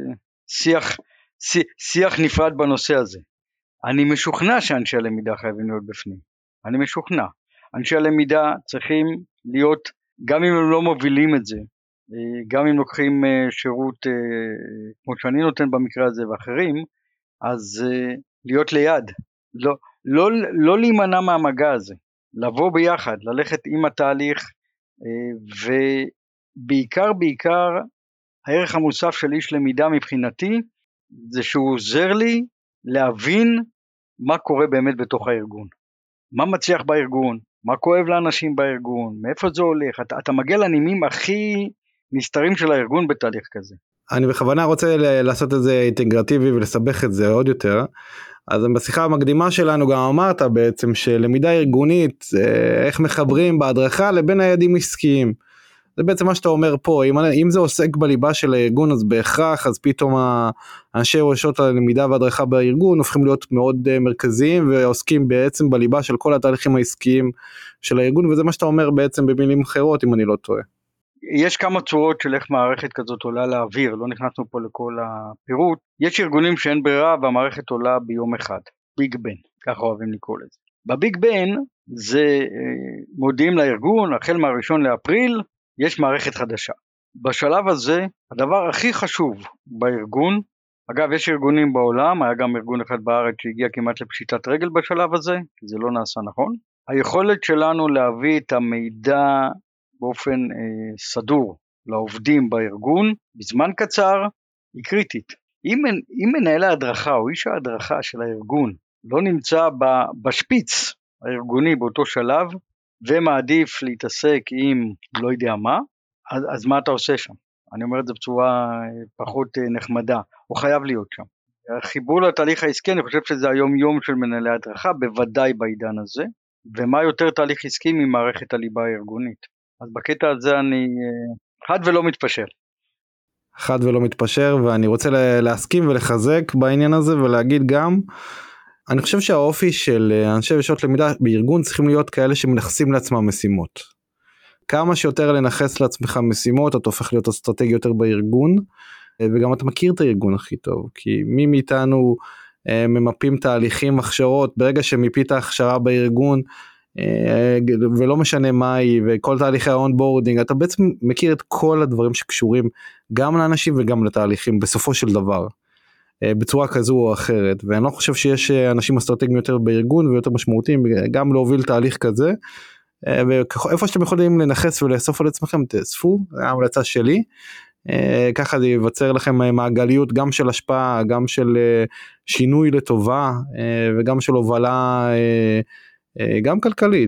שיח נפרד בנושא הזה. אני משוכנע שאנשי הלמידה חייבים להיות בפנים, אני משוכנע. אנשי הלמידה צריכים להיות, גם אם הם לא מובילים את זה, גם אם לוקחים שירות כמו שאני נותן במקרה הזה ואחרים, אז להיות ליד, לא להימנע מהמגע הזה, לבוא ביחד, ללכת עם התהליך, ובעיקר הערך המוסף של איש למידה מבחינתי, זה שהוא עוזר לי להבין מה קורה באמת בתוך הארגון, מה מצליח בארגון, מה כואב לאנשים בארגון, מאיפה זה הולך, אתה מגיע לנימים הכי נסתרים של הארגון בתהליך כזה. אני בכוונה רוצה לעשות את זה אינטגרטיבי ולסבך את זה עוד יותר. אז בשיחה המקדימה שלנו גם אמרת בעצם שלמידה ארגונית, איך מחברים בהדרכה לבין היעדים עסקיים. זה בעצם מה שאתה אומר פה, אם זה עוסק בליבה של הארגון אז בהכרח, אז פתאום האנשי ראשות הלמידה וההדרכה בארגון הופכים להיות מאוד מרכזיים ועוסקים בעצם בליבה של כל התהליכים העסקיים של הארגון, וזה מה שאתה אומר בעצם במילים אחרות אם אני לא טועה. יש כמה צורות של איך מערכת כזאת עולה לאוויר, לא נכנסנו פה לכל הפירוט. יש ארגונים שאין ברירה והמערכת עולה ביום אחד, ביג בן, ככה אוהבים לקרוא לזה. בביג בן זה מודיעים לארגון, החל מה-1 לאפריל יש מערכת חדשה. בשלב הזה הדבר הכי חשוב בארגון, אגב יש ארגונים בעולם, היה גם ארגון אחד בארץ שהגיע כמעט לפשיטת רגל בשלב הזה, כי זה לא נעשה נכון. היכולת שלנו להביא את המידע באופן סדור לעובדים בארגון בזמן קצר היא קריטית. אם מנהל ההדרכה או איש ההדרכה של הארגון לא נמצא בשפיץ הארגוני באותו שלב ומעדיף להתעסק עם לא יודע מה, אז מה אתה עושה שם? אני אומר את זה בצורה פחות נחמדה, הוא חייב להיות שם. החיבור לתהליך העסקי, אני חושב שזה היום יום של מנהלי ההדרכה, בוודאי בעידן הזה, ומה יותר תהליך עסקי ממערכת הליבה הארגונית. אז בקטע הזה אני חד ולא מתפשר. חד ולא מתפשר, ואני רוצה להסכים ולחזק בעניין הזה ולהגיד גם, אני חושב שהאופי של אנשי ראשות למידה בארגון צריכים להיות כאלה שמנחסים לעצמם משימות. כמה שיותר לנחס לעצמך משימות, אתה הופך להיות אסטרטגי יותר בארגון, וגם אתה מכיר את הארגון הכי טוב, כי מי מאיתנו ממפים תהליכים, הכשרות, ברגע שמיפית הכשרה בארגון, ולא משנה מה היא, וכל תהליכי האונבורדינג, אתה בעצם מכיר את כל הדברים שקשורים גם לאנשים וגם לתהליכים בסופו של דבר, בצורה כזו או אחרת, ואני לא חושב שיש אנשים אסטרטגיים יותר בארגון ויותר משמעותיים, גם להוביל תהליך כזה, ואיפה שאתם יכולים לנחס ולאסוף על עצמכם, תאספו, זה ההמלצה שלי, ככה זה ייווצר לכם מעגליות גם של השפעה, גם של שינוי לטובה, וגם של הובלה גם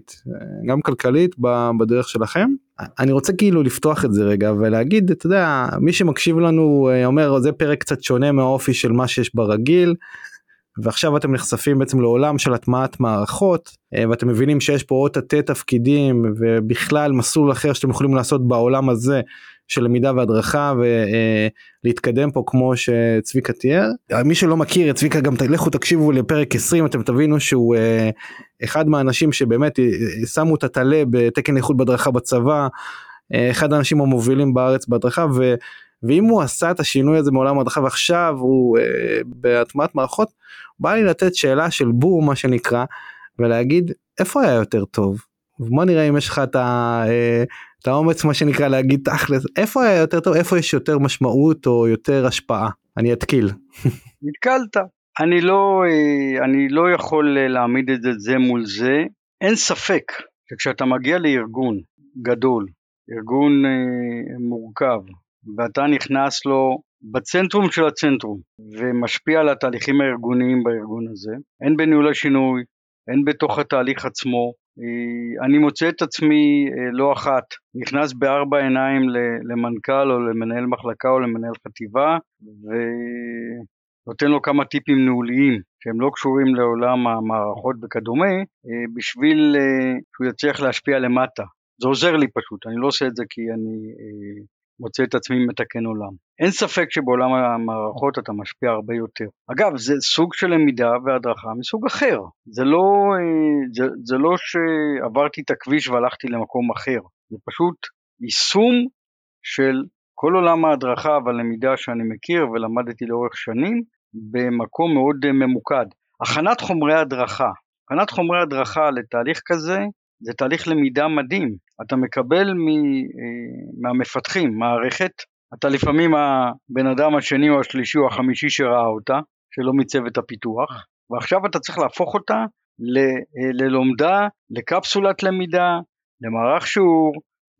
כלכלית בדרך שלכם. אני רוצה כאילו לפתוח את זה רגע ולהגיד, אתה יודע, מי שמקשיב לנו אומר, זה פרק קצת שונה מהאופי של מה שיש ברגיל, ועכשיו אתם נחשפים בעצם לעולם של הטמעת מערכות, ואתם מבינים שיש פה עוד תתי תפקידים, ובכלל מסלול אחר שאתם יכולים לעשות בעולם הזה, של למידה והדרכה, ולהתקדם פה כמו שצביקה תיאר. מי שלא מכיר את צביקה, גם לכו תקשיבו לפרק 20, אתם תבינו שהוא אחד מהאנשים שבאמת שמו את התלה בתקן איכות בהדרכה בצבא, אחד האנשים המובילים בארץ בהדרכה, ואם הוא עשה את השינוי הזה מעולם ההדרכה, ועכשיו הוא בהטמעת מערכות, בא לי לתת שאלה של בור, מה שנקרא, ולהגיד, איפה היה יותר טוב? ובוא נראה אם יש לך את האומץ, מה שנקרא, להגיד תכלס, איפה היה יותר טוב, איפה יש יותר משמעות או יותר השפעה? אני אתקיל. נתקלת. אני לא יכול להעמיד את זה מול זה. אין ספק שכשאתה מגיע לארגון גדול, ארגון מורכב, ואתה נכנס לו בצנטרום של הצנטרום, ומשפיע על התהליכים הארגוניים בארגון הזה, הן בניהול השינוי, הן בתוך התהליך עצמו, אני מוצא את עצמי לא אחת, נכנס בארבע עיניים למנכ"ל או למנהל מחלקה או למנהל חטיבה, ונותן לו כמה טיפים ניהוליים, שהם לא קשורים לעולם המערכות וכדומה, בשביל שהוא יצליח להשפיע למטה. זה עוזר לי פשוט, אני לא עושה את זה כי אני מוצא את עצמי מתקן עולם. אין ספק שבעולם המערכות אתה משפיע הרבה יותר. אגב, זה סוג של למידה והדרכה מסוג אחר. זה לא שעברתי את הכביש והלכתי למקום אחר. זה פשוט יישום של כל עולם ההדרכה והלמידה שאני מכיר ולמדתי לאורך שנים, במקום מאוד ממוקד. הכנת חומרי הדרכה לתהליך כזה, זה תהליך למידה מדהים. אתה מקבל מהמפתחים מערכת, אתה לפעמים הבן אדם השני או השלישי או החמישי שראה אותה, שלא מצוות הפיתוח, ועכשיו אתה צריך להפוך אותה ללומדה, לקפסולת למידה, למערך שיעור,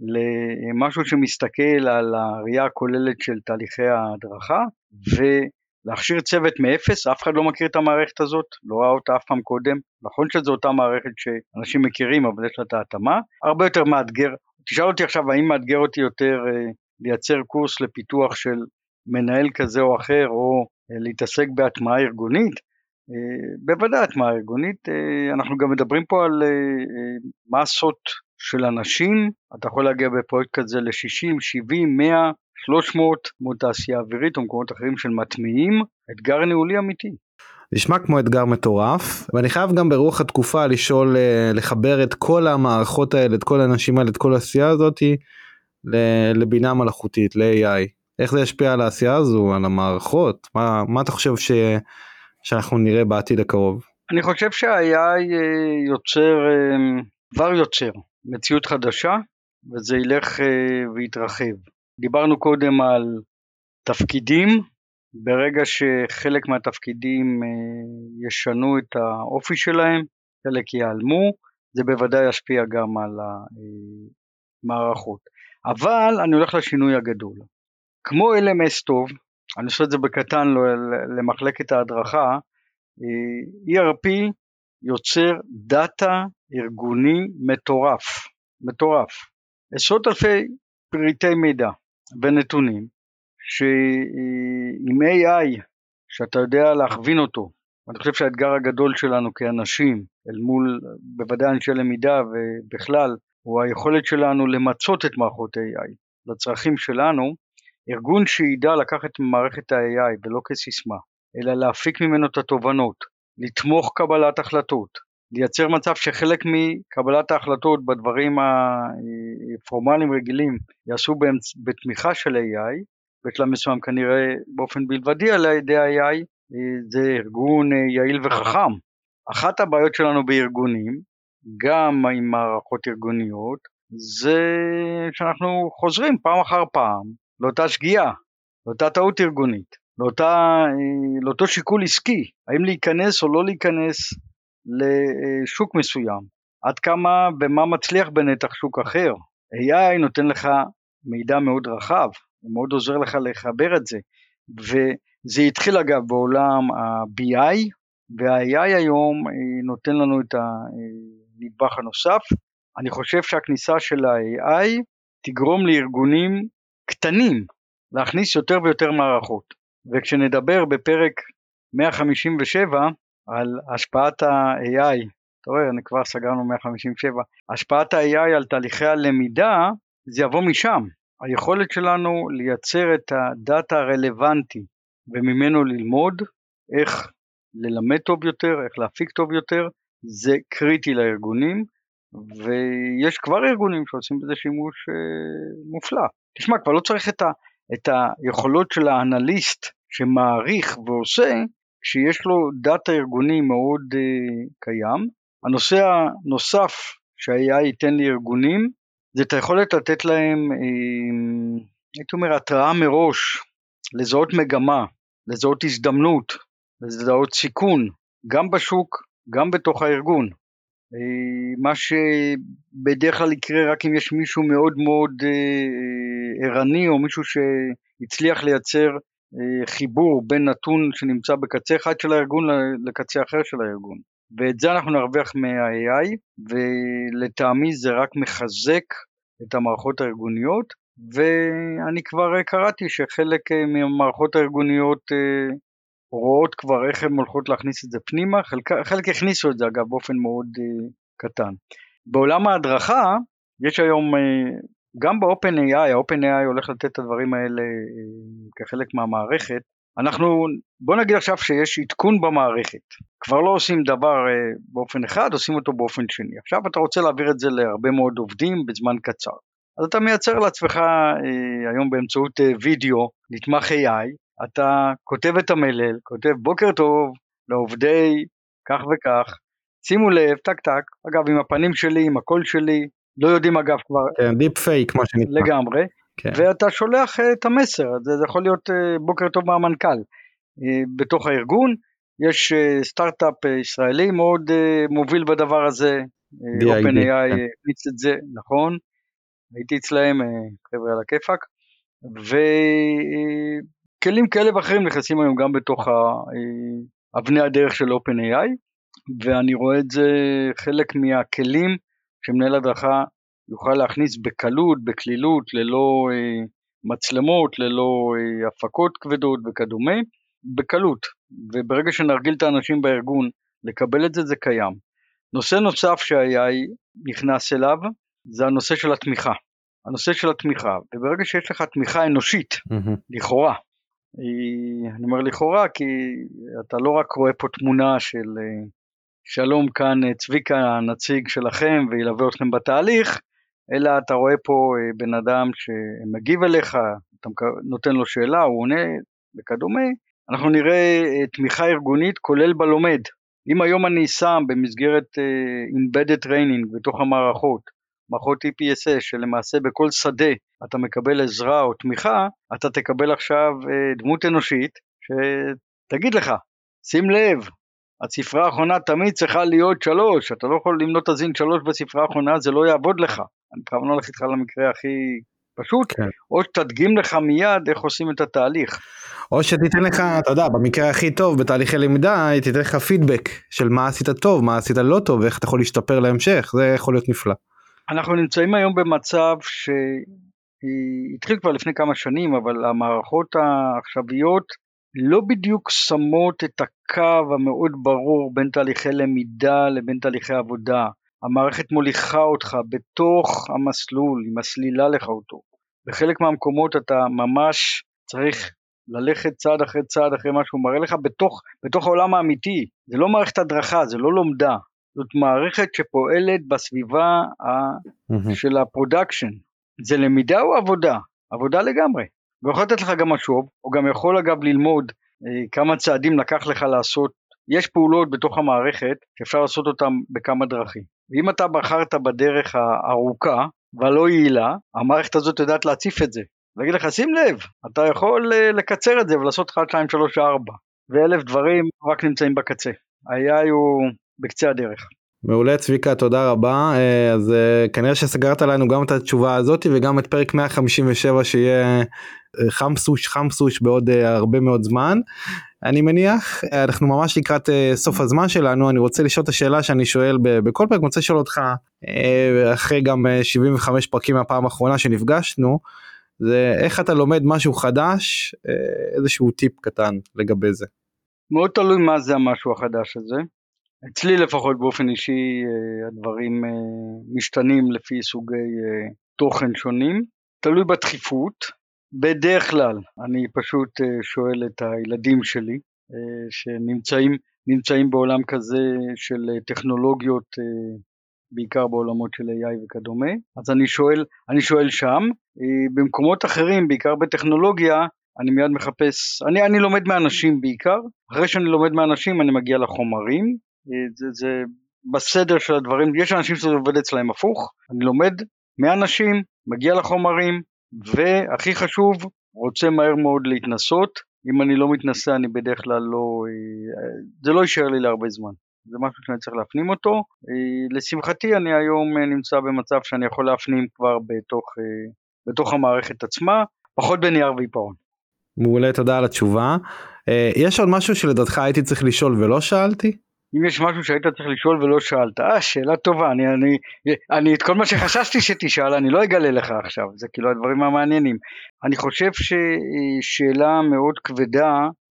למשהו שמסתכל על הראייה הכוללת של תהליכי ההדרכה, להכשיר צוות מאפס, אף אחד לא מכיר את המערכת הזאת, לא ראה אותה אף פעם קודם, נכון שזו אותה מערכת שאנשים מכירים, אבל יש לה את ההתאמה, הרבה יותר מאתגר. תשאל אותי עכשיו, האם מאתגר אותי יותר לייצר קורס לפיתוח של מנהל כזה או אחר, או להתעסק בהטמעה ארגונית? בוודאי הטמעה ארגונית. אנחנו גם מדברים פה על מסות של אנשים, אתה יכול להגיע בפרויקט כזה ל-60, 70, 100, 300, כמו תעשייה אווירית או מקומות אחרים של מטמיעים, אתגר ניהולי אמיתי. נשמע כמו אתגר מטורף, ואני חייב גם ברוח התקופה לשאול, לחבר את כל המערכות האלה, את כל האנשים האלה, את כל העשייה הזאת, לבינה מלאכותית, ל-AI. איך זה ישפיע על העשייה הזו, על המערכות? מה אתה חושב שאנחנו נראה בעתיד הקרוב? אני חושב שה-AI כבר יוצר מציאות חדשה, וזה ילך ויתרחב. דיברנו קודם על תפקידים, ברגע שחלק מהתפקידים ישנו את האופי שלהם, חלק ייעלמו, זה בוודאי ישפיע גם על המערכות. אבל אני הולך לשינוי הגדול. כמו LMS טוב, אני עושה את זה בקטן למחלקת ההדרכה, ERP יוצר דאטה ארגוני מטורף. עשרות אלפי פריטי מידע ונתונים, שעם AI, שאתה יודע להכווין אותו, אני חושב שהאתגר הגדול שלנו כאנשים, אל מול בוודאי אנשי למידה ובכלל, הוא היכולת שלנו למצות את מערכות AI לצרכים שלנו. ארגון שידע לקחת מערכת ה-AI ולא כסיסמה, אלא להפיק ממנו את התובנות, לתמוך קבלת החלטות, לייצר מצב שחלק מקבלת ההחלטות בדברים הפורמליים רגילים יעשו בתמיכה של AI, בשלב מסוים כנראה באופן בלבדי על ידי AI, זה ארגון יעיל וחכם. אחת הבעיות שלנו בארגונים, גם עם מערכות ארגוניות, זה שאנחנו חוזרים פעם אחר פעם לאותה שגיאה, לאותה טעות ארגונית, לאותו שיקול עסקי, האם להיכנס או לא להיכנס לשוק מסוים, עד כמה ומה מצליח בנתח שוק אחר. AI נותן לך מידע מאוד רחב, הוא מאוד עוזר לך לחבר את זה, וזה התחיל אגב בעולם ה-BI, וה-AI היום נותן לנו את הנדבך הנוסף. אני חושב שהכניסה של ה-AI תגרום לארגונים קטנים להכניס יותר ויותר מערכות, וכשנדבר בפרק 157 על השפעת ה-AI, אתה רואה, אני כבר סגרנו 157, השפעת ה-AI על תהליכי הלמידה, זה יבוא משם. היכולת שלנו לייצר את הדאטה הרלוונטי וממנו ללמוד איך ללמד טוב יותר, איך להפיק טוב יותר, זה קריטי לארגונים, ויש כבר ארגונים שעושים בזה שימוש מופלא. תשמע, כבר לא צריך את היכולות של האנליסט שמעריך ועושה, כשיש לו דאטה ארגוני מאוד קיים. הנושא הנוסף שה-AI ייתן לארגונים, זה את היכולת לתת להם, הייתי אומר, התראה מראש, לזהות מגמה, לזהות הזדמנות, לזהות סיכון, גם בשוק, גם בתוך הארגון. מה שבדרך כלל יקרה רק אם יש מישהו מאוד מאוד ערני, או מישהו שהצליח לייצר חיבור בין נתון שנמצא בקצה אחד של הארגון לקצה אחר של הארגון. ואת זה אנחנו נרוויח מה-AI, ולטעמי זה רק מחזק את המערכות הארגוניות, ואני כבר קראתי שחלק מהמערכות הארגוניות רואות כבר איך הן הולכות להכניס את זה פנימה, חלק הכניסו את זה אגב באופן מאוד קטן. בעולם ההדרכה יש היום, גם ב-OpenAI, ה-OpenAI הולך לתת את הדברים האלה כחלק מהמערכת, בוא נגיד עכשיו שיש עדכון במערכת, כבר לא עושים דבר באופן אחד, עושים אותו באופן שני. עכשיו אתה רוצה להעביר את זה להרבה מאוד עובדים בזמן קצר, אז אתה מייצר לעצמך היום באמצעות וידאו, נתמך AI, אתה כותב את המלל, כותב בוקר טוב לעובדי כך וכך, שימו לב, טק טק, אגב עם הפנים שלי, עם הקול שלי, לא יודעים אגב כבר. כן, דיפ פייק מה שנקרא. לגמרי. כן. ואתה שולח את המסר, זה יכול להיות בוקר טוב מהמנכ"ל. בתוך הארגון יש סטארט-אפ ישראלי מאוד מוביל בדבר הזה, OpenAI פיץ את זה, נכון, הייתי אצלהם, חבר'ה על הכיפק, כלים כאלה ואחרים נכנסים היום גם בתוך אבני הדרך של OpenAI, ואני רואה את זה חלק מהכלים שמנהל הדרכה יוכל להכניס בקלות, בקלילות, ללא מצלמות, ללא הפקות כבדות וכדומה, בקלות, וברגע שנרגיל את האנשים בארגון לקבל את זה, זה קיים. נושא נוסף שה-AI נכנס אליו, זה הנושא של התמיכה. הנושא של התמיכה, וברגע שיש לך תמיכה אנושית, לכאורה, אני אומר לכאורה, כי אתה לא רק רואה פה תמונה של שלום כאן צביקה הנציג שלכם וילווה אתכם בתהליך, אלא אתה רואה פה בן אדם שמגיב אליך, אתה נותן לו שאלה, הוא עונה וכדומה, אנחנו נראה תמיכה ארגונית כולל בלומד. אם היום אני שם במסגרת embedded training בתוך המערכות, מערכות EPSS שלמעשה בכל שדה אתה מקבל עזרה או תמיכה, אתה תקבל עכשיו דמות אנושית שתגיד לך, שים לב, הספרה האחרונה תמיד צריכה להיות 3, אתה לא יכול למנות את הזין 3 בספרה האחרונה, זה לא יעבוד לך. אני בכוונה הולך איתך למקרה הכי פשוט, כן. או שתדגים לך מיד איך עושים את התהליך. או שתיתן לך, אתה יודע, במקרה הכי טוב בתהליכי למידה, תיתן לך פידבק של מה עשית טוב, מה עשית לא טוב, ואיך אתה יכול להשתפר להמשך, זה יכול להיות נפלא. אנחנו נמצאים היום במצב שהתחיל כבר לפני כמה שנים, אבל המערכות העכשוויות לא בדיוק שמות את הקו המאוד ברור בין תהליכי למידה לבין תהליכי עבודה. המערכת מוליכה אותך בתוך המסלול, היא מסלילה לך אותו. בחלק מהמקומות אתה ממש צריך ללכת צעד אחרי צעד אחרי מה שהוא מראה לך בתוך העולם האמיתי. זה לא מערכת הדרכה, זה לא לומדה. זאת מערכת שפועלת בסביבה של הפרודקשן. זה למידה או עבודה? עבודה לגמרי. ויכול לתת לך גם משוב, או גם יכול אגב ללמוד כמה צעדים לקח לך לעשות. יש פעולות בתוך המערכת שאפשר לעשות אותן בכמה דרכים. ואם אתה בחרת בדרך הארוכה והלא יעילה, המערכת הזאת יודעת להציף את זה. להגיד לך, שים לב, אתה יכול לקצר את זה ולעשות 1, 2, 3, 4. ו1000 דברים רק נמצאים בקצה. היה הוא בקצה הדרך. מעולה צביקה, תודה רבה. אז כנראה שסגרת לנו גם את התשובה הזאת וגם את פרק 157 שיהיה חמסוש בעוד הרבה מאוד זמן. אני מניח, אנחנו ממש לקראת סוף הזמן שלנו, אני רוצה לשאול את השאלה שאני שואל בכל פרק, אני רוצה לשאול אותך, אחרי גם 75 פרקים מהפעם האחרונה שנפגשנו, זה איך אתה לומד משהו חדש, איזשהו טיפ קטן לגבי זה. מאוד תלוי מה זה המשהו החדש הזה. אצלי לפחות באופן אישי הדברים משתנים לפי סוגי תוכן שונים, תלוי בדחיפות. בדרך כלל אני פשוט שואל את הילדים שלי שנמצאים בעולם כזה של טכנולוגיות, בעיקר בעולמות של AI וכדומה, אז אני שואל שם. במקומות אחרים, בעיקר בטכנולוגיה, אני מיד מחפש, אני לומד מאנשים בעיקר, אחרי שאני לומד מאנשים אני מגיע לחומרים, זה בסדר של הדברים, יש אנשים שזה עובד אצלהם הפוך, אני לומד מאנשים, מגיע לחומרים, והכי חשוב, רוצה מהר מאוד להתנסות, אם אני לא מתנסה אני בדרך כלל לא, זה לא יישאר לי להרבה זמן, זה משהו שאני צריך להפנים אותו. לשמחתי אני היום נמצא במצב שאני יכול להפנים כבר בתוך המערכת עצמה, פחות בנייר ועיפרון. מעולה, תודה על התשובה. יש עוד משהו שלדעתך הייתי צריך לשאול ולא שאלתי? אם יש משהו שהיית צריך לשאול ולא שאלת, שאלה טובה, אני את כל מה שחששתי שתשאל, אני לא אגלה לך עכשיו, זה כאילו הדברים המעניינים. אני חושב ששאלה מאוד כבדה,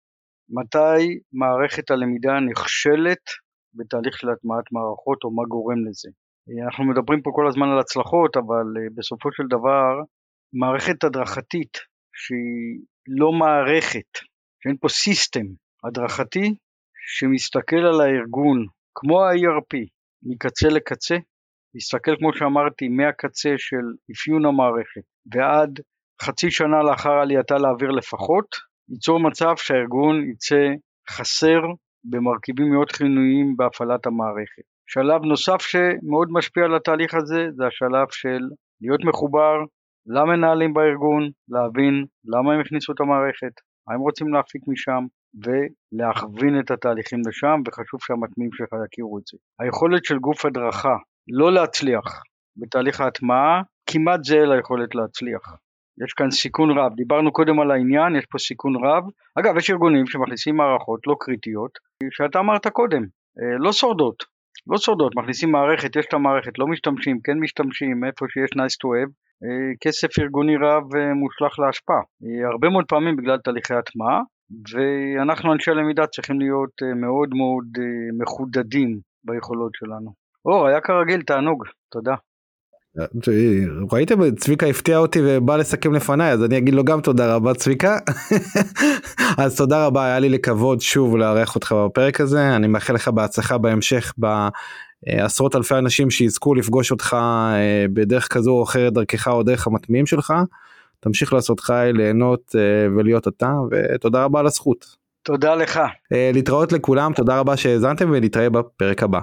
מתי מערכת הלמידה נכשלת בתהליך של הטמעת מערכות, או מה גורם לזה. אנחנו מדברים פה כל הזמן על הצלחות, אבל בסופו של דבר, מערכת הדרכתית, שהיא לא מערכת, שאין פה סיסטם הדרכתי, שמסתכל על הארגון, כמו ה-ERP, מקצה לקצה, מסתכל כמו שאמרתי, מהקצה של אפיון המערכת, ועד חצי שנה לאחר עלייתה לאוויר לפחות, ייצור מצב שהארגון יצא חסר במרכיבים מאוד חיוניים בהפעלת המערכת. שלב נוסף שמאוד משפיע על התהליך הזה, זה השלב של להיות מחובר למנהלים בארגון, להבין למה הם הכניסו את המערכת, מה הם רוצים להפיק משם, ולהכווין את התהליכים לשם, וחשוב שהמטמיעים שלך יכירו את זה. היכולת של גוף הדרכה לא להצליח בתהליך ההטמעה, כמעט זה ליכולת להצליח יש כאן סיכון רב, דיברנו קודם על העניין, יש פה סיכון רב. אגב, יש ארגונים שמכניסים מערכות לא קריטיות, שאתה אמרת קודם, לא שורדות, מכניסים מערכת, יש את המערכת, לא משתמשים, כן משתמשים, איפה שיש nice to have, כסף ארגוני רב מושלך להשפעה, הרבה מאוד פעמים בגלל תהליכי הטמעה, ואנחנו אנשי למידה צריכים להיות מאוד מאוד מחודדים ביכולות שלנו. אור, היה כרגיל, תענוג, תודה. ראיתם, צביקה הפתיע אותי ובא לסכם לפניי, אז אני אגיד לו גם תודה רבה צביקה. אז תודה רבה, היה לי לכבוד שוב לארח אותך בפרק הזה, אני מאחל לך בהצלחה בהמשך בעשרות אלפי אנשים שיזכו לפגוש אותך בדרך כזו או אחרת, דרכך או דרך המטמיעים שלך, תמשיך לעשות חי, ליהנות ולהיות אתה, ותודה רבה על הזכות. תודה לך. להתראות לכולם, תודה רבה שהאזנתם ונתראה בפרק הבא.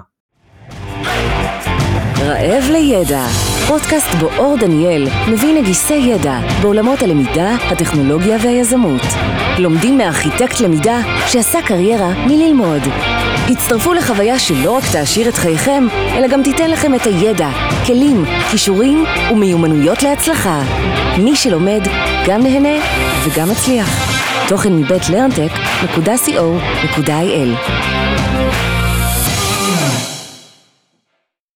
רעב לידע, פודקאסט בו אור דניאל מביא נגיסי ידע בעולמות הלמידה, הטכנולוגיה והיזמות. לומדים מארכיטקט למידה שעשה קריירה מללמוד. הצטרפו לחוויה שלא רק תעשיר את חייכם, אלא גם תיתן לכם את הידע, כלים, כישורים ומיומנויות להצלחה. מי שלומד גם נהנה וגם מצליח. תוכן מבית learntech.co.il